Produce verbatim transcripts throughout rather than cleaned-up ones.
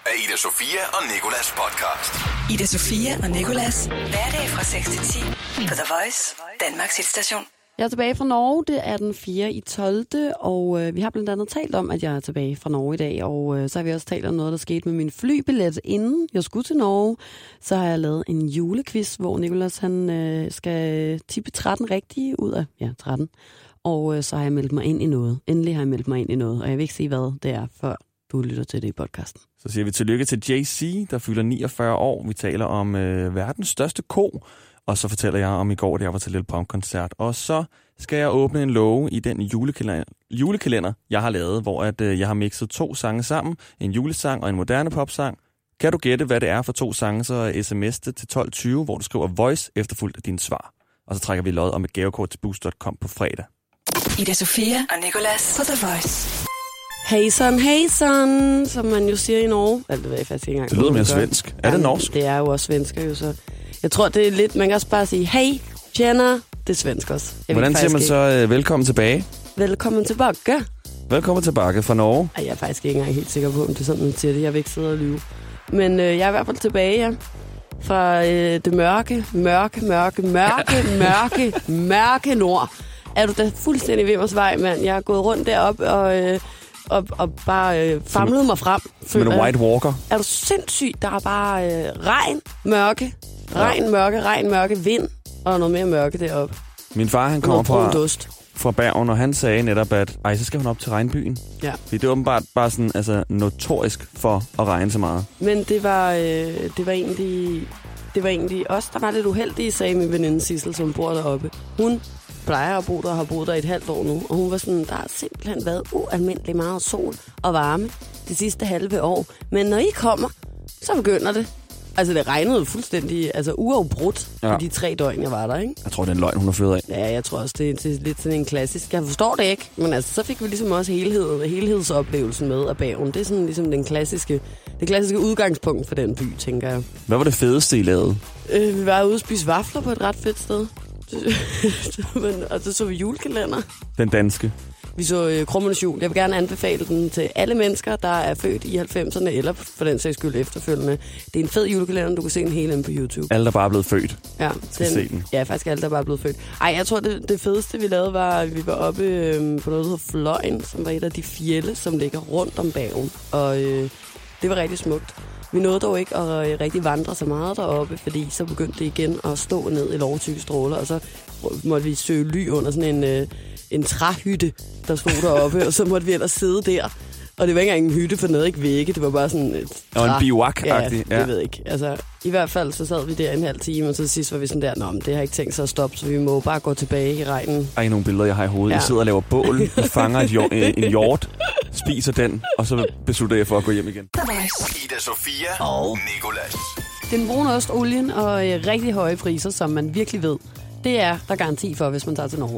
af Ida Sofia og Nicolas podcast. Ida Sofia og Nicolas. Hverdag fra seks til ti på The Voice, Danmarks hitstation. Jeg er tilbage fra Norge. Det er den fjerde i tolvte og øh, vi har blandt andet talt om, at jeg er tilbage fra Norge i dag. Og øh, så har vi også talt om noget, der skete med min flybillet, inden jeg skulle til Norge. Så har jeg lavet en julequiz, hvor Nicolas han øh, skal tippe tretten rigtige ud af ja, tretten. Og øh, så har jeg meldt mig ind i noget. Endelig har jeg meldt mig ind i noget, og jeg vil ikke sige, hvad det er, før du lytter til det i podcasten. Så siger vi tillykke til Jay Z, der fylder niogfyrre år. Vi taler om øh, verdens største ko, og så fortæller jeg om i går, at jeg var til Lil Pump-koncert. Og så skal jeg åbne en låge i den julekalender, julekalender jeg har lavet, hvor at, øh, jeg har mixet to sange sammen, en julesang og en moderne popsang. Kan du gætte, hvad det er for to sange, så sms det til tolv tyve, hvor du skriver Voice efterfulgt af dine svar. Og så trækker vi lod om et gavekort til boost punktum com på fredag. Ida Sofia og Nicolas på The Voice. Hey son, hey son, som man jo siger i Norge. Altså, det ved jeg faktisk ikke engang. Det lyder mere svensk. Er det norsk? Det er jo også svensker jo, så jeg tror, det er lidt, man kan også bare sige, hey, Jenna, det er svensk også. Jeg Hvordan siger man så øh, velkommen tilbage? Velkommen tilbage. Velkommen tilbage fra Norge. Ej, jeg er faktisk ikke engang helt sikker på, om det er sådan, man siger det. Jeg vil ikke sidde og lyve. Men øh, jeg er i hvert fald tilbage, ja. Fra øh, det mørke, mørke, mørke, mørke, mørke, mørke nord. Er du da fuldstændig ved vores vej, mand? Jeg har gået rundt deroppe og, øh, og, og bare øh, famlet mig frem. Som en White Walker. Er du sindssyg? Der er bare øh, regn, mørke, regn, ja. mørke, regn, mørke, vind og noget mere mørke deroppe. Min far, han kommer fra, dust. fra Bergen, og han sagde netop, at ej, så skal hun op til regnbyen. Ja. Fordi det er åbenbart bare sådan, altså, notorisk for at regne så meget. Men det var, øh, det var egentlig... Det var egentlig os, der var lidt uheldige, sagde min veninde Sissel, som bor deroppe. Hun plejer at bo der og har boet der i et halvt år nu. Og hun var sådan, der har simpelthen været ualmindelig meget sol og varme de sidste halve år. Men når I kommer, så begynder det. Altså, det regnede fuldstændig altså, uafbrudt ja. de tre døgn, jeg var der, ikke? Jeg tror, det er en løgn, hun har fået af. Ja, jeg tror også, det er, det er lidt sådan en klassisk. Jeg forstår det ikke, men altså, så fik vi ligesom også helhed, helhedsoplevelsen med af Bergen. Det er sådan ligesom den klassiske, det klassiske udgangspunkt for den by, tænker jeg. Hvad var det fedeste, I lavede? Øh, vi var ude og spise vafler på et ret fedt sted. Men, og så så vi julekalender. Den danske. Vi så øh, Krummernes Jul. Jeg vil gerne anbefale den til alle mennesker, der er født i halvfemserne, eller for den sags skyld efterfølgende. Det er en fed julekalender, du kan se den hele inde på YouTube. Alle, der bare er blevet født. Ja, skal den, se den. Ja, faktisk alle, der bare er blevet født. Ej, jeg tror, det, det fedeste, vi lavede, var, at vi var oppe øh, på noget, der hedder Fløjen, som var et af de fjelde, som ligger rundt om Bergen. Og øh, det var rigtig smukt. Vi nåede dog ikke at øh, rigtig vandre så meget deroppe, fordi så begyndte det igen at stå ned i lovtykke stråler, og så måtte vi søge ly under sådan en... Øh, en træhytte, der stod deroppe, og så måtte vi ellers sidde der. Og det var ikke engang en hytte, for noget ikke vægge. Det var bare sådan et træ. Og en biwak-agtig. Ja, det ved jeg ikke. Altså, i hvert fald så sad vi der en halv time, og så sidst var vi sådan der, nå, men det har ikke tænkt sig at stoppe, så vi må bare gå tilbage i regnen. Ej, nogle billeder, jeg har i hovedet. Ja. I sidder og laver bål, I fanger et jord, en hjort, spiser den, og så beslutter jeg for at gå hjem igen. Ida Sofia og Nicolas. Den brune ost, olien og øh, rigtig høje priser, som man virkelig ved, det er der garanti for, hvis man tager til Norge.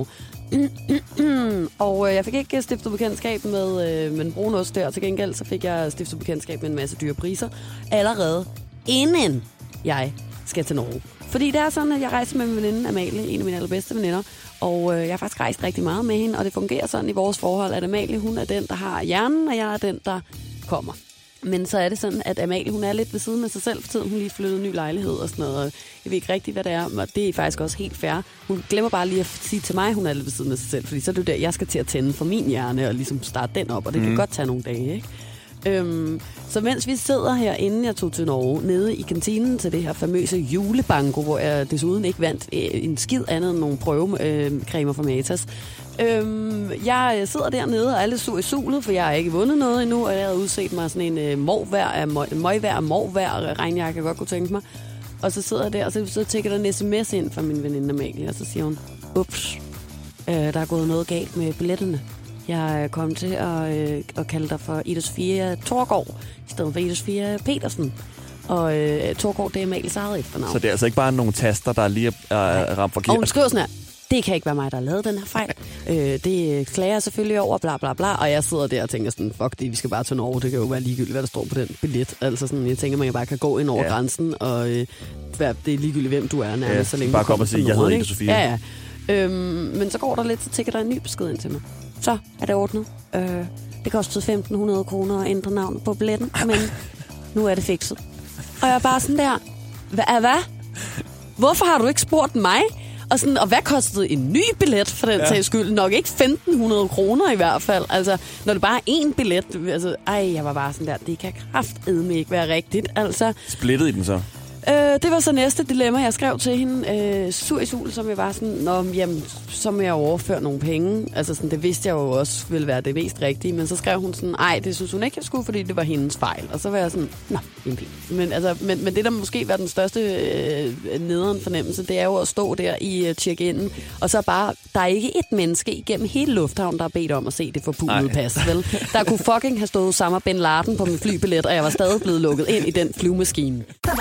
Og øh, jeg fik ikke stiftet bekendtskab med, øh, med den brune ost der. Til gengæld så fik jeg stiftet bekendtskab med en masse dyre priser allerede inden jeg skal til Norge. Fordi det er sådan, at jeg rejser med min veninde Amalie, en af mine allerbedste veninder. Og øh, jeg har faktisk rejst rigtig meget med hende, og det fungerer sådan i vores forhold, at Amalie, hun er den, der har hjernen, og jeg er den, der kommer. Men så er det sådan, at Amalie, hun er lidt ved siden af sig selv for tiden. Hun lige flyttet en ny lejlighed og sådan noget. Jeg ved ikke rigtigt, hvad det er, og det er faktisk også helt fair. Hun glemmer bare lige at sige til mig, at hun er lidt ved siden af sig selv. Fordi så er det jo der, jeg skal til at tænde for min hjerne og ligesom starte den op. Og det mm. kan godt tage nogle dage, ikke? Øhm, så mens vi sidder her, inden jeg tog til Norge, nede i kantinen til det her famøse julebanko, hvor jeg desuden ikke vandt en skid andet end nogle prøvecremer fra Matas. Øhm, jeg sidder dernede og er lidt sur i solet, for jeg har ikke vundet noget endnu, og jeg havde udset mig sådan en øh, morvær af møg, møgvær og morvær regnjakke, jeg godt kunne tænke mig. Og så sidder jeg der, og så, så tækker der en sms ind fra min veninde Amalie, og så siger hun, ups, øh, der er gået noget galt med billetterne. Jeg er kommet til at, øh, at kalde dig for Ida Sofia Torgård, i stedet for Ida Sofia Petersen. Og øh, Torgård, det er Amalies eget efternavn. Så det er altså ikke bare nogle taster, der lige er, er ramt forkert? Og hun skriver sådan her, det kan ikke være mig, der har lavet den her fejl. Øh, det klager jeg selvfølgelig over, bla bla bla. Og jeg sidder der og tænker sådan, fuck det, vi skal bare til Norge. Det kan jo være ligegyldigt, hvad der står på den billet. Altså sådan, jeg tænker, man bare kan gå ind over ja. grænsen, og øh, det er ligegyldigt, hvem du er nærmest. Ja, så længe bare kom og sige, jeg hedder Ida Sofia. Ja, ja. Øhm, men så går der lidt, så tækker der en ny besked ind til mig. Så er det ordnet. Øh, det kostede femten hundrede kroner at ændre navn på billetten, men nu er det fikset. Og jeg er bare sådan der, hvad? hvad? Hvorfor har du ikke spurgt mig? Og, sådan, og hvad kostede en ny billet for den ja. sags skyld? Nok ikke femten hundrede kroner i hvert fald. Altså, når det bare er én billet. Altså, ej, jeg var bare sådan der, det kan kraftedme ikke være rigtigt. Altså, splittede I den så? Øh, det var så næste dilemma, jeg skrev til hende. Øh, sur i sul, som jeg var sådan, nå, jamen, så må jeg overføre nogle penge. Altså, sådan, det vidste jeg jo også ville være det mest rigtige. Men så skrev hun sådan, ej, det synes hun ikke, jeg skulle, fordi det var hendes fejl. Og så var jeg sådan, nå, en men, altså, men, men det, der måske var den største øh, nederen fornemmelse, det er jo at stå der i uh, check-in, og så bare, der er ikke et menneske igennem hele lufthavnen, der har bedt om at se det forpulede pas, vel? Der kunne fucking have stået Osama bin Laden på min flybillet, og jeg var stadig blevet lukket ind i den flyvemaskine.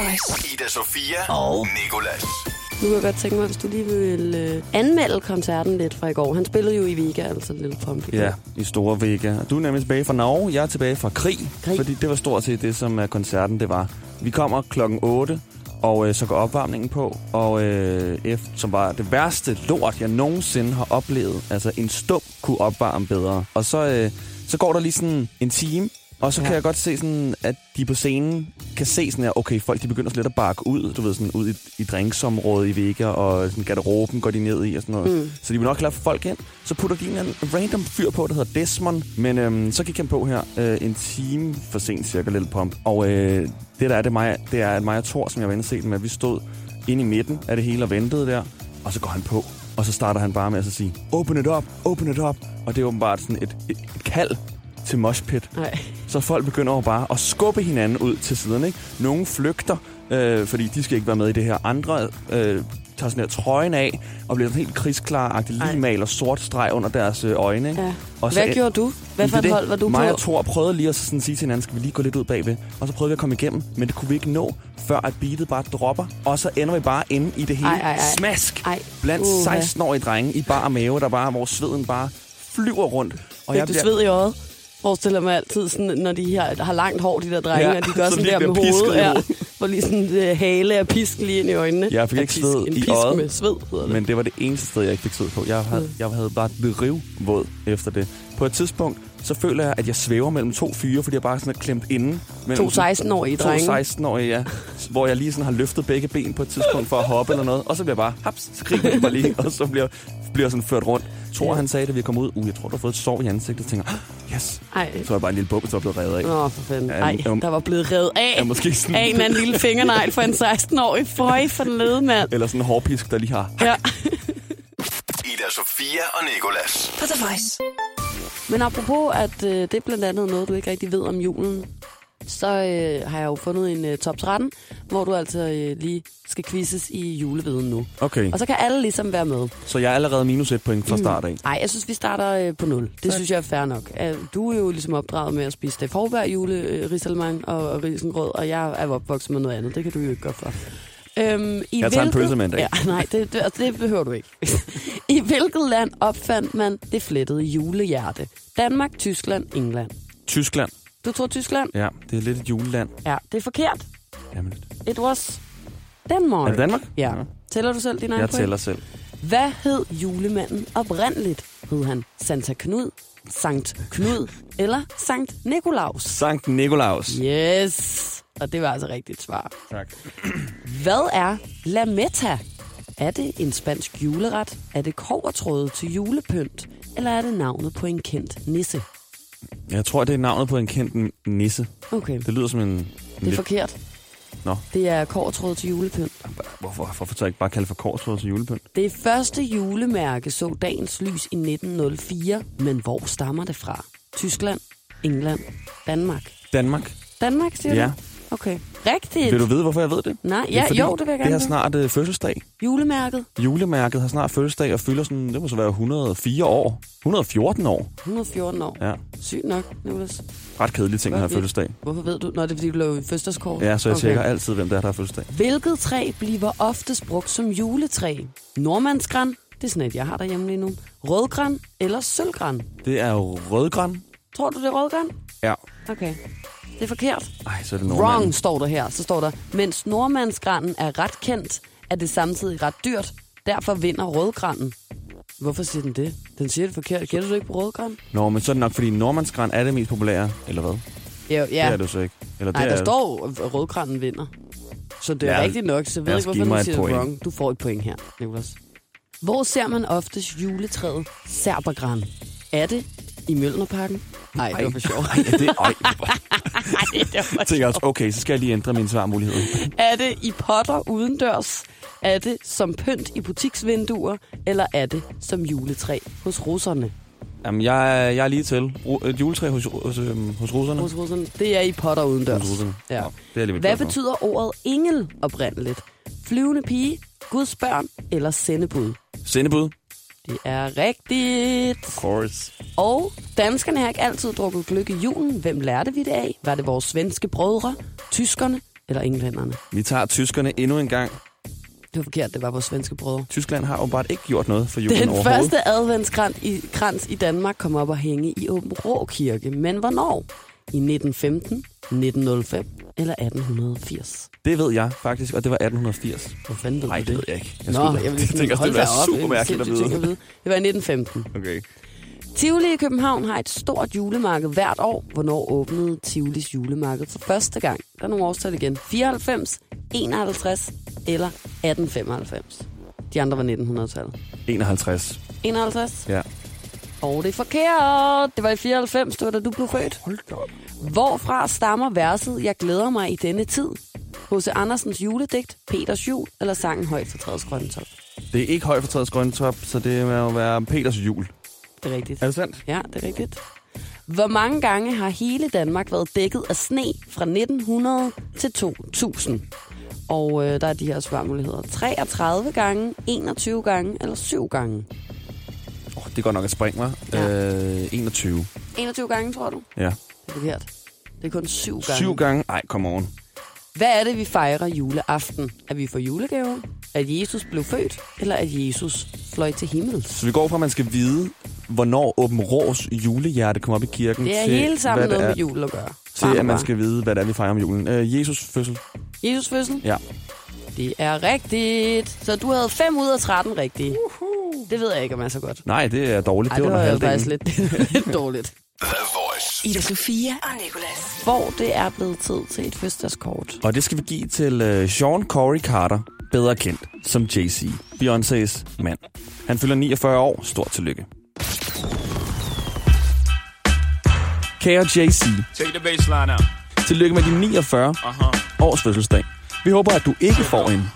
Ida Sofia og Nicolas. Nu kan jeg godt tænke mig, hvis du lige vil øh, anmelde koncerten lidt fra i går. Han spillede jo i Vega, altså Lille Pump. Ja, i store Vega. Du er nemlig tilbage fra Norge, jeg er tilbage fra Krig, Krig. Fordi det var stort set det, som er koncerten det var. Vi kommer klokken otte, og øh, så går opvarmningen på, og øh, efter, som var det værste lort, jeg nogensinde har oplevet. Altså en stump kunne opvarme bedre. Og så, øh, så går der lige sådan en time, og så ja. kan jeg godt se sådan, at de på scenen kan se sådan her, okay, folk de begynder sådan lidt at bakke ud, du ved, sådan ud i, i drinksområdet i Vega, og sådan garderoben går de ned i og sådan noget. Mm. Så de vil nok klare folk ind. Så putter de en random fyr på, der hedder Desmond. Men øhm, så gik han på her øh, en time for sent, cirka Lille Pump. Og øh, det der er det mig, det er at mig og Thor, som jeg var inde og se den med, vi stod inde i midten af det hele og ventede der, og så går han på. Og så starter han bare med at så sige, open it up, open it up. Og det er åbenbart sådan et, et, et kald til moshpit. Nej. Så folk begynder jo bare at skubbe hinanden ud til siden, ikke? Nogle flygter, øh, fordi de skal ikke være med i det her. Andre øh, tager sådan her trøjen af og bliver sådan helt krigsklar-agtigt, lige maler sort streg under deres øh, øjne, ikke? Ja. Og så, hvad gjorde du? Hvad for et hold var du på? Mig og Thor prøvede lige at sådan sige til hinanden, skal vi lige gå lidt ud bagved? Og så prøvede vi at komme igennem, men det kunne vi ikke nå, før at beatet bare dropper. Og så ender vi bare inde i det hele. Ej, ej, ej. Smask! Ej. Blandt uh, seksten-årige drenge i bar mave, der bare, hvor sveden bare flyver rundt. Og Fik jeg du bliver... sved i øjet? Forestiller mig altid, sådan, når de her, har langt hår, de der drenge, ja, og de gør sådan der med hovedet, ja, hvor lige sådan uh, hale og pisk lige ind i øjnene. Jeg fik ikke pisk, sved en i pisk øjet, med sved, hedder det. Men det var det eneste sted, jeg ikke fik sved på. Jeg havde, mm. jeg havde bare blevet rivvåd efter det. På et tidspunkt, så føler jeg, at jeg svæver mellem to fyre, fordi jeg bare sådan er klemt inde. To seksten-årige drenge. To seksten-årige, ja. Hvor jeg lige sådan har løftet begge ben på et tidspunkt for at hoppe eller noget. Og så bliver jeg bare, haps, skriger jeg bare lige, og så bliver bliver sådan ført rundt. Tror ja. han sagde, da vi kom ud, uh, jeg tror, du har fået et sår i ansigtet. Jeg tænker, yes. Ej. Så var jeg bare en lille bukke, så var blevet revet af. Åh, for fanden. Ej, der var blevet revet af. Ja, måske sådan af en anden lille fingernegl for en seksten-årig. Føj for den lede, mand. Eller sådan en hårpisk, der lige har. Ja. Ida Sofia og Nicolas. På The Voice. Men apropos, at øh, det er blandt andet noget, du ikke rigtig ved om julen, så øh, har jeg jo fundet en øh, top tretten, hvor du altså øh, lige skal quizzes i juleviden nu. Okay. Og så kan alle ligesom være med. Så jeg er allerede minus et point fra start af? Nej, mm. jeg synes, vi starter øh, på nul. Det tak. Synes jeg er fair nok. Du er jo ligesom opdraget med at spise Steff Hovberg, jule, øh, risalemang og, og risengrød, og jeg er opvokset med noget andet. Det kan du jo ikke godt for. Øhm, i jeg tager hvilket... en pølse med en dag. Ja, nej, det, det, altså, det behøver du ikke. I hvilket land opfandt man det flettede julehjerte? Danmark, Tyskland, England? Tyskland. Du tror Tyskland? Ja, det er lidt et juleland. Ja, det er forkert. Jamen. It was Denmark. Er det Danmark? Ja. ja. Tæller du selv din egen Jeg point? tæller selv. Hvad hed julemanden oprindeligt? Hed han Santa Knud, Sankt Knud eller Sankt Nikolaus? Sankt Nikolaus. Yes. Og det var altså rigtigt svar. Tak. Hvad er lametta? Er det en spansk juleret? Er det kobbertråd til julepynt? Eller er det navnet på en kendt nisse? Jeg tror, det er navnet på en kendt nisse. Okay. Det lyder som en... en det er lidt... forkert. Nå. Det er kobbertråd til julepynt. Hvorfor, hvorfor tager jeg ikke bare kalde for kobbertråd til julepynt? Det første julemærke så dagens lys i nitten nul fire, men hvor stammer det fra? Tyskland, England, Danmark? Danmark. Danmark, siger ja. du? Okay. Rigtigt. Vil du vide, hvorfor jeg ved det? Nej, ja, det jo, det vil jeg gerne. Det har snart uh, fødselsdag. Julemærket? Julemærket har snart fødselsdag og fylder sådan, det må så være et hundrede og fire år. et hundrede og fjorten år. et hundrede og fjorten år? Ja. Sygt nok, Nicolas. Ret kedelige ting, at have fødselsdag. Hvorfor ved du? Nå, det er fordi, du laver fødselsdagskort. Ja, så jeg okay. tjekker altid, hvem der er, der har fødselsdag. Hvilket træ bliver oftest brugt som juletræ? Nordmandsgran, det er sådan et, jeg har derhjemme lige nu. Rødgran eller sølvgran? Det er jo rødgran. Tror du, det er rødgran? Ja. Okay. Det er forkert. Ej, så er det nordmanden. Wrong, står der her. Så står der, mens nordmandsgranen er ret kendt, er det samtidig ret dyrt. Derfor vinder rødgranen. Hvorfor siger den det? Den siger det forkert. Gætter du ikke på rødgran? Nå, men så er det nok, fordi nordmandsgran er det mest populære, eller hvad? Jo, ja. Det er det så ikke. Eller Nej, det der er... står, at rødgranen vinder. Så det er Ja, rigtigt nok, så jeg ved lad ikke, os hvorfor give mig du et siger point. wrong. Du får et point her, Nicolas. Hvor ser man oftest juletræet Serbergran? Er det i Mjølnerparken? Nej, det var for sjovt. Ej, er det... Ej, Nej, det var for jeg tænker også, okay, så skal jeg lige ændre min svarmulighed. Er det i potter udendørs? Er det som pynt i butiksvinduer? Eller er det som juletræ hos russerne? Jamen, jeg er, jeg er lige til. Ru- Et juletræ hos, hos, øhm, hos russerne. Hos russerne. Det er i potter udendørs. Hos russerne. Ja. Nå, det er lidt Hvad betyder ordet engel oprindeligt? Flyvende pige, Guds børn eller sendebud? Sendebud. Det er rigtigt. Of course. Og danskerne har ikke altid drukket gløgg i julen. Hvem lærte vi det af? Var det vores svenske brødre, tyskerne eller englænderne? Vi tager tyskerne endnu en gang. Det var forkert, det var vores svenske brødre. Tyskland har jo bare ikke gjort noget for julen Den overhovedet. første adventskrans i, krans i Danmark kom op og hænge i Åben Rå Kirke. Men hvornår? I nitten femten, nitten nul fem eller atten firs? Det ved jeg faktisk, og det var atten firs. Hvor fanden ved Nej, du det ved det? jeg ikke. Jeg Nå, skulle- jeg vil jeg sådan, tænker også, hold det ville da være op, super en mærkeligt at sindssyg ting vide. Det var i nitten femten. Okay. Tivoli i København har et stort julemarked hvert år. Hvornår åbnede Tivolis julemarked for første gang? Der er nogle årstal igen. fireoghalvfems, enoghalvtreds eller atten femoghalvfems. De andre var nitten hundrede-tallet. enoghalvtreds. enoghalvtreds? Ja. Og det er forkert. Det var i fireoghalvfems, det var da du blev født. Hold da op. Hvorfra stammer verset Jeg glæder mig i denne tid? H C. Andersens juledigt, Peters jul eller sangen Højt for træets grønne top? Det er ikke højt for træets grønne top, så det må jo være Peters jul. Det er rigtigt. Er det sandt? Ja, det er rigtigt. Hvor mange gange har hele Danmark været dækket af sne fra nitten hundrede til to tusind? Og øh, der er de her svarmuligheder. treogtredive gange, enogtyve gange eller syv gange? Oh, det går nok at springe mig. Ja. Øh, enogtyve. enogtyve gange, tror du? Ja. Det er forkert. Det er kun syv gange. Syv gange? Ej, come on. Hvad er det, vi fejrer juleaften? At vi får julegaver? At Jesus blev født? Eller at Jesus fløj til himmels? Så vi går fra, at man skal vide, hvornår Åben Rås julehjerte kommer op i kirken. Det er til, hele sammen hvad det noget er, med jul at gøre. til, at man skal vide, hvad det er, vi fejrer om julen. Øh, Jesus fødsel. Jesus fødsel? Ja. Det er rigtigt. Så du havde fem ud af tretten rigtige. Uh-huh. Det ved jeg ikke, om jeg er så godt. Nej, det er dårligt. Ej, det det var var under jo halvdelen. faktisk lidt, lidt dårligt. The Voice. Ida Sofia og Nicolas. Hvor det er blevet tid til et fødselsdagskort. Og det skal vi give til uh, Sean Corey Carter, bedre kendt som Jay-Z, Beyoncés mand. Han fylder niogfyrre år. Stort tillykke. Kære Jay-Z, Take the baseline out. tillykke med din niogfyrre Uh-huh. års fødselsdag. Vi håber, at du ikke får en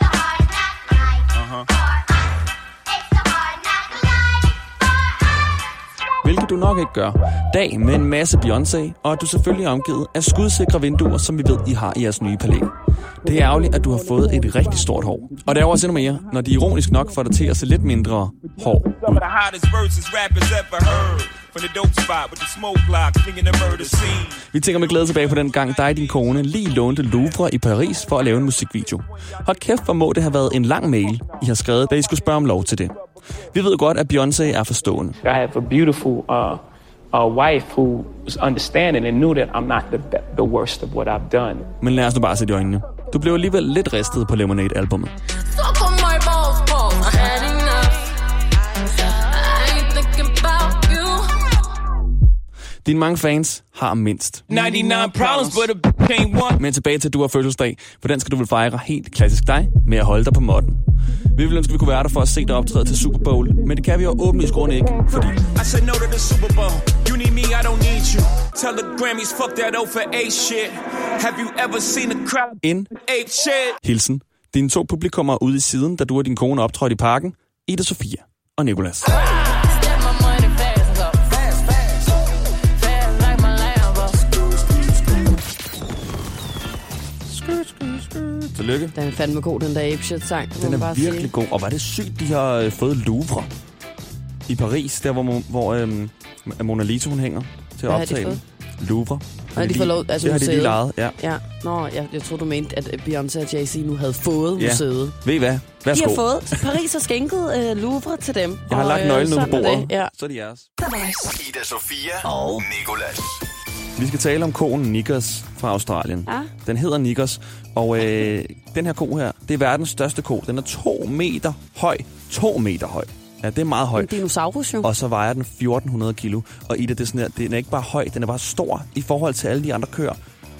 hvilket du nok ikke gør, dag med en masse Beyoncé, og at du selvfølgelig er omgivet af skudsikre vinduer, som vi ved, I har i jeres nye palæ. Det er ærgerligt, at du har fået et rigtig stort hår. Og det er også endnu mere, når de ironisk nok får dig til at se lidt mindre hår Some of the hottest verses rappers ever heard. From the dope spot with the smoke block, thinking the murder scene. Vi tænker med glæde tilbage på den gang, dig og din kone lige lånte Louvre i Paris for at lave en musikvideo. Hold kæft, hvor må det have været en lang mail, I har skrevet, da I skulle spørge om lov til det. Vi ved godt, at Beyoncé er forstående. I have a beautiful uh, a wife who was understanding and knew that I'm not the be- the worst of what I've done. Men lad os nu bare se i øjnene. Du blev alligevel lidt ristet på Lemonade-albummet. Suck on my balls, balls. I had enough. I ain't thinking about you. Dine mange fans har mindst. ninety-nine problems, but a b- ain't one. Men tilbage til, at du har fødselsdag, for den skal du vel fejre helt klassisk dig med at holde dig på måtten. Vi ville ønske, vi kunne være der for at se dig optræde til Super Bowl, men det kan vi jo åbenlyst grunde ikke, fordi... I said no to the Super Bowl. You need me, I don't need you. Tell the Grammys, fuck that O for A shit. Have you ever seen a crowd En ape shit? hilsen. Dine to publikummer ude i siden, da du og din kone optrådte i parken, Ida Sofia og Nicolas. Step my money fast up. Fast, fast. Fast like my Lambo. Tillykke. Den er fandme god, den der Ape Shit-sang. Den er virkelig god. Og var det sygt, de har øh, fået Louvre i Paris, der hvor, hvor øhm, Mona Lisa hun hænger til at Hvad har de optage den. Louvre. Har de fået lov- altså det har de lige museet? lejet, ja. Ja, nå, jeg, jeg troede, du mente, at Beyoncé og Jay-Z nu havde fået Ja. museet. Ved I hvad? De Værsgo. har fået. Paris har skænket uh, Louvre til dem. Jeg har og, lagt øh, nøglen ud på sådan er bordet. det, Ja. Så er det jeres. The Voice. Ida Sofia og Nicolas. Vi skal tale om koen Nickers fra Australien. Ja. Den hedder Nickers, og øh, den her ko her, det er verdens største ko. Den er to meter høj. To meter høj. Ja, det er meget En højt. dinosaurus jo. Og så vejer den fjorten hundrede kilo. Og Ida, det er sådan her, den er ikke bare høj, den er bare stor i forhold til alle de andre køer.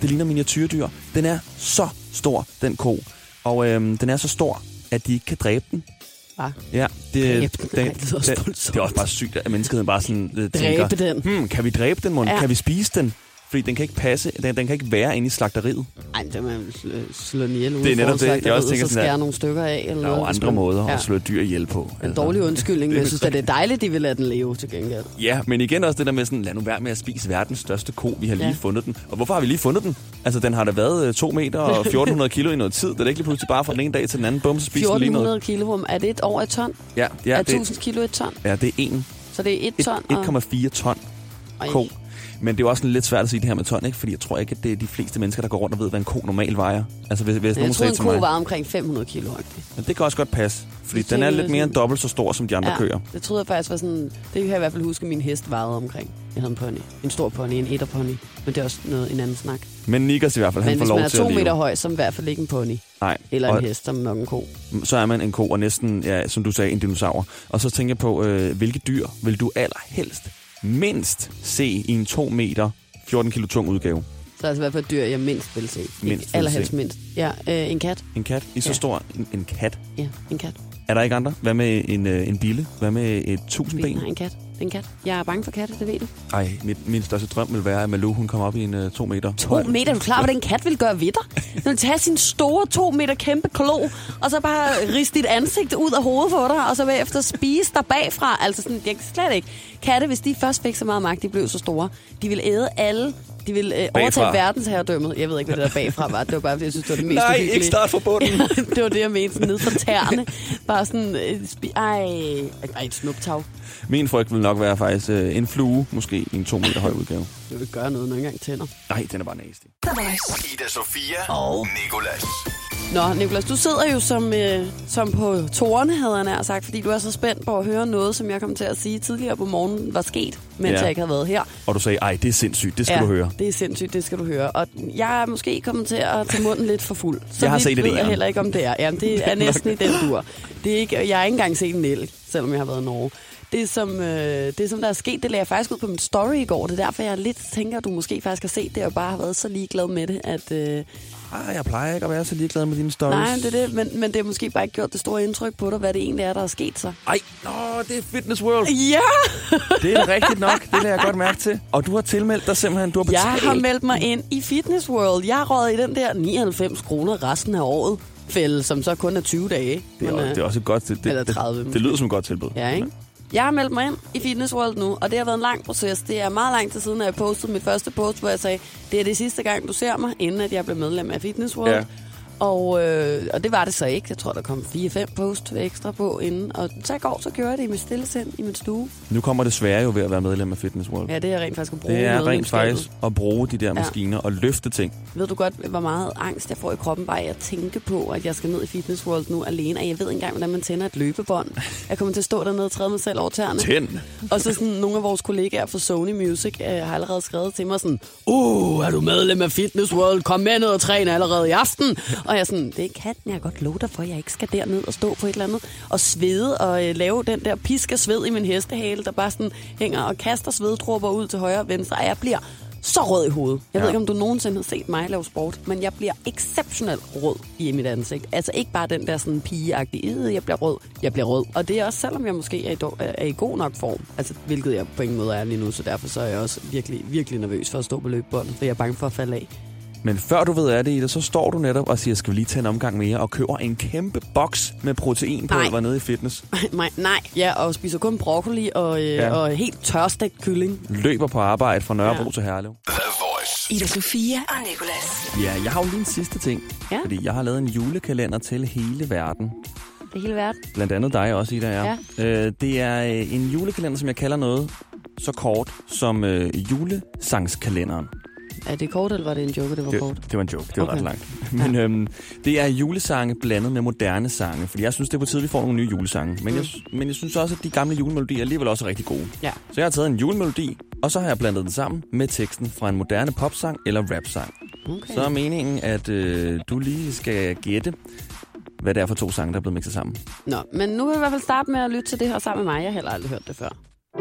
Det ligner miniatyrdyr. Den er så stor, den ko. Og øhm, den er så stor, at de ikke kan dræbe den. Hva? Ja, det, Dræbe den? det, Ej, det lyder også det, voldsomt. det er også bare sygt, at menneskeheden bare sådan øh, tænker, Dræbe den. Hmm, kan vi dræbe den, mon? Ja. Kan vi spise den? Fordi den kan ikke passe, den, den kan ikke være inde i slagteriet. Ej, det man slå den ihjel ude Det er netop foran det, jeg også slagteriet, tænker så sådan, skære at nogle stykker af. Eller Der er jo noget, hvis andre man- måder ja. at slå et dyr ihjel på. En dårlig undskyldning, men jeg synes, at det er dejligt, de vil lade den leve til gengæld. Ja, men igen også det der med sådan, lad nu være med at spise verdens største ko. Vi har lige Ja. fundet den. Og hvorfor har vi lige fundet den? Altså, den har da været øh, to meter og fjorten hundrede kilo i noget tid. Det er da ikke lige pludselig bare fra den ene dag til den anden. Bum, så spiser den lige fjorten noget. hundrede kilo, er det et over et ton? Ja, ja, Er det, tusind kilo et ton? ja, det er en. Så det er et ton? et og- komma fire ton Ej. ko. Men det er jo også lidt svært at sige det her med ton, ikke? Fordi jeg tror ikke, at det er de fleste mennesker, der går rundt og ved, hvad en ko normalt vejer. Altså, hvis, hvis Jeg nogen tror, sagde en til ko mig... var omkring fem hundrede kilo. Men det kan også godt passe. Fordi Det den er tænker lidt jeg mere sådan- end dobbelt så stor, som de andre køer. det troede jeg faktisk var sådan... Det kan jeg i hvert fald huske, at min hest vejede omkring. Jeg havde en pony. En stor pony, en etterpony. Men det er også noget, en anden snak. Men Niklas i hvert fald, han Men får hvis lov man er til to at leve. meter høj, så er man i hvert fald ikke en pony. Nej. Eller og en hest, som nok en ko. så er man en ko, og næsten, ja, som du sagde, en dinosaur. Og så tænker jeg på, øh, hvilke dyr vil du allerhelst mindst se i en to meter, fjorten kilo tung udgave? Så altså i hvert fald dyr, jeg mindst vil se. Mindst Ikke vil allerhelst se. mindst. Ja, øh, en kat. En kat? I så Ja. stor? En, en kat? Ja, en kat. Er der ikke andre? Hvad med en, øh, en bille? Hvad med et tusindben? Nej, en kat. Det er en kat. Jeg er bange for katte, det ved du. Ej, mit, min største drøm vil være, at Malou, hun kommer op i en uh, to meter. To meter? Er du klar, hvad den kat vil gøre ved dig? Den vil tage sin store to meter kæmpe klo, og så bare riste dit ansigt ud af hovedet på dig, og så bagefter spise dig bagfra. Altså sådan, jeg kan slet ikke. Katte, hvis de først fik så meget magt, de blev så store, de ville æde alle. De ville øh, overtage verdensherredømmet. Jeg ved ikke, hvad det der bagfra var. Det var bare, fordi jeg synes, det var det mest Nej, uhyggelige. ikke start fra bunden. Det var det, jeg mente. Sådan ned fra tæerne. Bare sådan... Øh, spi- ej, ej, et snuptag. Min frygt vil nok være faktisk øh, en flue, måske i en to meter høj udgave. Det vil gøre noget, når jeg engang tænder. Nej, den er bare nasty. Ida Sofia og Nicolas. Nå, Nicolas, du sidder jo som, øh, som på tårerne, havde jeg nær sagt, fordi du er så spændt på at høre noget, som jeg kom til at sige tidligere på morgenen var sket, mens Ja. jeg ikke havde været her. Og du sagde, ej, det er sindssygt, det skal ja, du høre. det er sindssygt, det skal du høre. Og jeg er måske kommet til at tage munden lidt for fuld. Så Jeg har vidt set det ved jeg igen. heller ikke, om det er. Jamen, det er næsten i den dur. Det er ikke, jeg har ikke engang set en elg, selvom jeg har været i Norge. Det som, øh, det, som der er sket, det lagde jeg faktisk ud på min story i går. Det er derfor, jeg lidt tænker, at du måske faktisk har set det, og bare har været så ligeglad med det, at... Øh, Ej, jeg plejer ikke at være så ligeglad med dine stories. nej, det er det, men, men det har måske bare ikke gjort det store indtryk på dig, hvad det egentlig er, der er sket så. Ej, nå, det er Fitness World. Ja! Det er rigtigt nok, det lader jeg godt mærke til. Og du har tilmeldt dig simpelthen, du har betalt. Jeg har meldt mig ind i Fitness World. Jeg har røget i den der nioghalvfems kroner resten af året fælde, som så kun er tyve dage. Det er, Men, øh, det er også et godt det, eller det, tredive det, måske. det lyder som et godt tilbud. Ja, ikke? Jeg har meldt mig ind i Fitness World nu, og det har været en lang proces. Det er meget lang tid siden, at jeg postede mit første post, hvor jeg sagde, det er det sidste gang, du ser mig, inden at jeg blev medlem af Fitness World. Ja. Og, øh, og det var det så ikke. Jeg tror, der kom fire fem post ekstra på inden. Og så i går, så gjorde jeg det i mit stille sind i min stue. Nu kommer det svære jo ved at være medlem af Fitness World. Ja, det er rent faktisk at bruge Det er rent medlemskabet. faktisk at bruge de der maskiner og løfte ting. Ved du godt, hvor meget angst jeg får i kroppen bare af at tænke på, at jeg skal ned i Fitness World nu alene, og jeg ved ikke engang, hvordan man tænder et løbebånd. Jeg kommer til at stå dernede og træde mig selv over tæerne. Tænd! Og så sådan, nogle af vores kollegaer fra Sony Music øh, har allerede skrevet til mig sådan, uh, er du medlem af Fitness World? Kom med ned og træne allerede i aften. Og jeg er sådan, det kan jeg godt love dig for, jeg ikke skal derned og stå på et eller andet og svede og øh, lave den der piske sved i min hestehale, der bare sådan hænger og kaster sveddråber ud til højre og venstre, og jeg bliver så rød i hovedet. Jeg ja. ved ikke, om du nogensinde har set mig lave sport, men jeg bliver exceptionelt rød i mit ansigt. Altså ikke bare den der sådan pigeagtige, jeg bliver rød, jeg bliver rød. Og det er også, selvom jeg måske er i, do- er i god nok form, altså hvilket jeg på ingen måde er lige nu, så derfor så er jeg også virkelig, virkelig nervøs for at stå på løbebåndet, for jeg er bange for at falde af. Men før du ved af det, Ida, så står du netop og siger, skal vi lige tage en omgang mere, og køber en kæmpe boks med protein på, Nej. at være nede i fitness. Nej, nej, ja, og spiser kun broccoli og, øh, Ja. og helt tørstegt kylling. Løber på arbejde fra Nørrebro Ja. til Herlev. The Voice. Ida Sofia og Nicolas. Ja, jeg har jo lige en sidste ting. Ja. Fordi jeg har lavet en julekalender til hele verden. Det er hele verden. Blandt andet dig også, Ida. Er. Ja. Øh, det er øh, en julekalender, som jeg kalder noget så kort som øh, julesangskalenderen. Er det kort, eller var det en joke, det var kort? Det, det var en joke, det var Okay. ret langt. Men øhm, det er julesange blandet med moderne sange, fordi jeg synes, det er på tide, vi får nogle nye julesange. Men, mm. jeg, men jeg synes også, at de gamle julemelodier alligevel også er rigtig gode. Ja. Så jeg har taget en julemelodi, og så har jeg blandet den sammen med teksten fra en moderne popsang eller rapsang. Okay. Så er meningen, at øh, du lige skal gætte, hvad det er for to sange, der er blevet mixet sammen. Nå, men nu vil jeg i hvert fald starte med at lytte til det her sammen med mig. Jeg har heller aldrig hørt det før.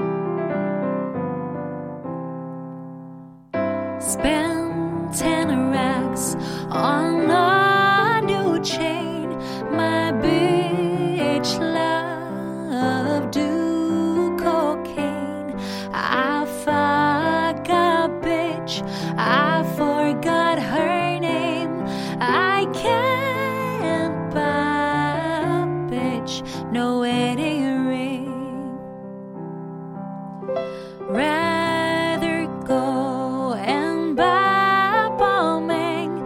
Spend ten on a new chain. My bitch love do cocaine. I fuck a bitch, I forgot her name. I can't buy a bitch no wedding ring. Rather go and buy a Balmain.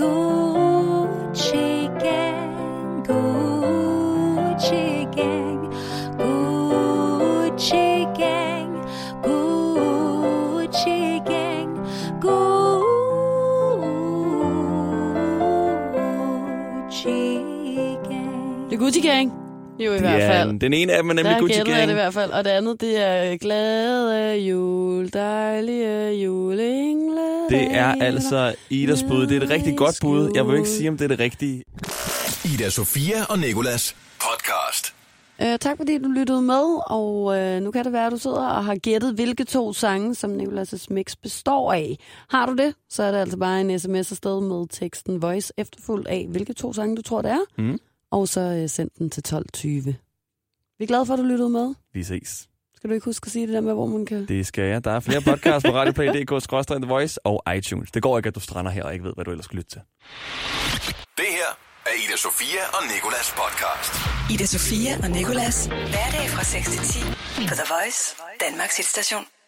Gucci gang, Gucci gang, Gucci gang, Gucci gang, Gucci gang. Det er Gucci Gang. Jo, i Det hvert er, fald. den ene af dem er nemlig Der Gucci gætter jeg det i Gang. hvert fald. Og det andet, det er glade jul, dejlige juleengler. Det er altså Idas bud. Det er et rigtig godt bud. Jeg vil ikke sige, om det er det rigtige. Ida Sofia og Nicolas podcast. Øh, tak fordi du lyttede med, og øh, nu kan det være, at du sidder og har gættet, hvilke to sange, som Nicolas' mix består af. Har du det, så er det altså bare en sms afsted med teksten Voice efterfulgt af, hvilke to sange du tror, det er. Mm. Og så øh, send den til tolv tyve. Vi er glade for, at du lyttede med. Vi ses. Skal du ikke huske at sige det der med, hvor man kan... Det skal jeg. Der er flere podcasts på radioplay punktum d k skråstreg The Voice og iTunes. Det går ikke, at du strander her og ikke ved, hvad du ellers skal lytte til. Det her er Ida Sofia og Nicolas podcast. Ida Sofia og Nicolas. Hverdag fra seks til ti på The Voice, Danmarks hitstation.